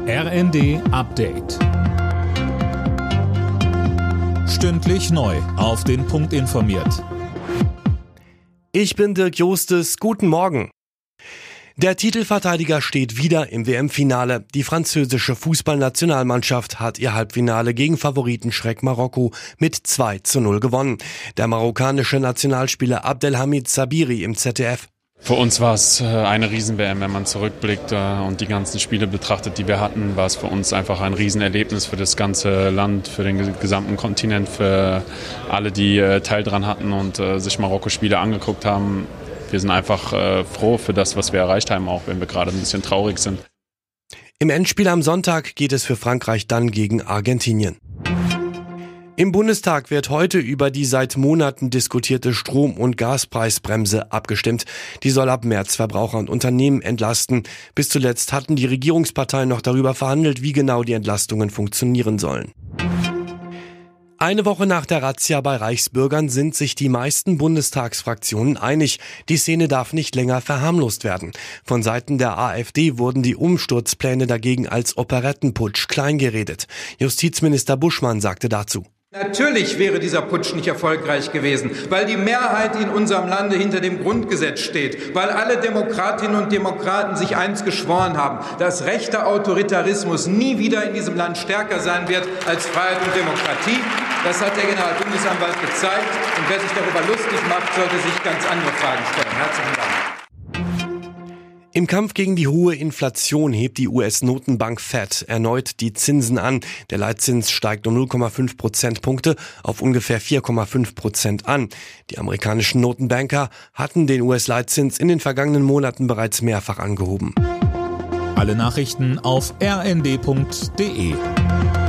RND Update. Stündlich neu auf den Punkt informiert. Ich bin Dirk Jostes, guten Morgen. Der Titelverteidiger steht wieder im WM-Finale. Die französische Fußballnationalmannschaft hat ihr Halbfinale gegen Favoritenschreck Marokko mit 2:0 gewonnen. Der marokkanische Nationalspieler Abdelhamid Sabiri im ZDF. Für uns war es eine Riesen-WM, wenn man zurückblickt und die ganzen Spiele betrachtet, die wir hatten, war es für uns einfach ein Riesenerlebnis für das ganze Land, für den gesamten Kontinent, für alle, die Teil dran hatten und sich Marokko-Spiele angeguckt haben. Wir sind einfach froh für das, was wir erreicht haben, auch wenn wir gerade ein bisschen traurig sind. Im Endspiel am Sonntag geht es für Frankreich dann gegen Argentinien. Im Bundestag wird heute über die seit Monaten diskutierte Strom- und Gaspreisbremse abgestimmt. Die soll ab März Verbraucher und Unternehmen entlasten. Bis zuletzt hatten die Regierungsparteien noch darüber verhandelt, wie genau die Entlastungen funktionieren sollen. Eine Woche nach der Razzia bei Reichsbürgern sind sich die meisten Bundestagsfraktionen einig. Die Szene darf nicht länger verharmlost werden. Von Seiten der AfD wurden die Umsturzpläne dagegen als Operettenputsch kleingeredet. Justizminister Buschmann sagte dazu: Natürlich wäre dieser Putsch nicht erfolgreich gewesen, weil die Mehrheit in unserem Lande hinter dem Grundgesetz steht, weil alle Demokratinnen und Demokraten sich eins geschworen haben, dass rechter Autoritarismus nie wieder in diesem Land stärker sein wird als Freiheit und Demokratie. Das hat der Generalbundesanwalt gezeigt, und wer sich darüber lustig macht, sollte sich ganz andere Fragen stellen. Herzlichen Dank. Im Kampf gegen die hohe Inflation hebt die US-Notenbank Fed erneut die Zinsen an. Der Leitzins steigt um 0,5 Prozentpunkte auf ungefähr 4,5% an. Die amerikanischen Notenbanker hatten den US-Leitzins in den vergangenen Monaten bereits mehrfach angehoben. Alle Nachrichten auf rnd.de.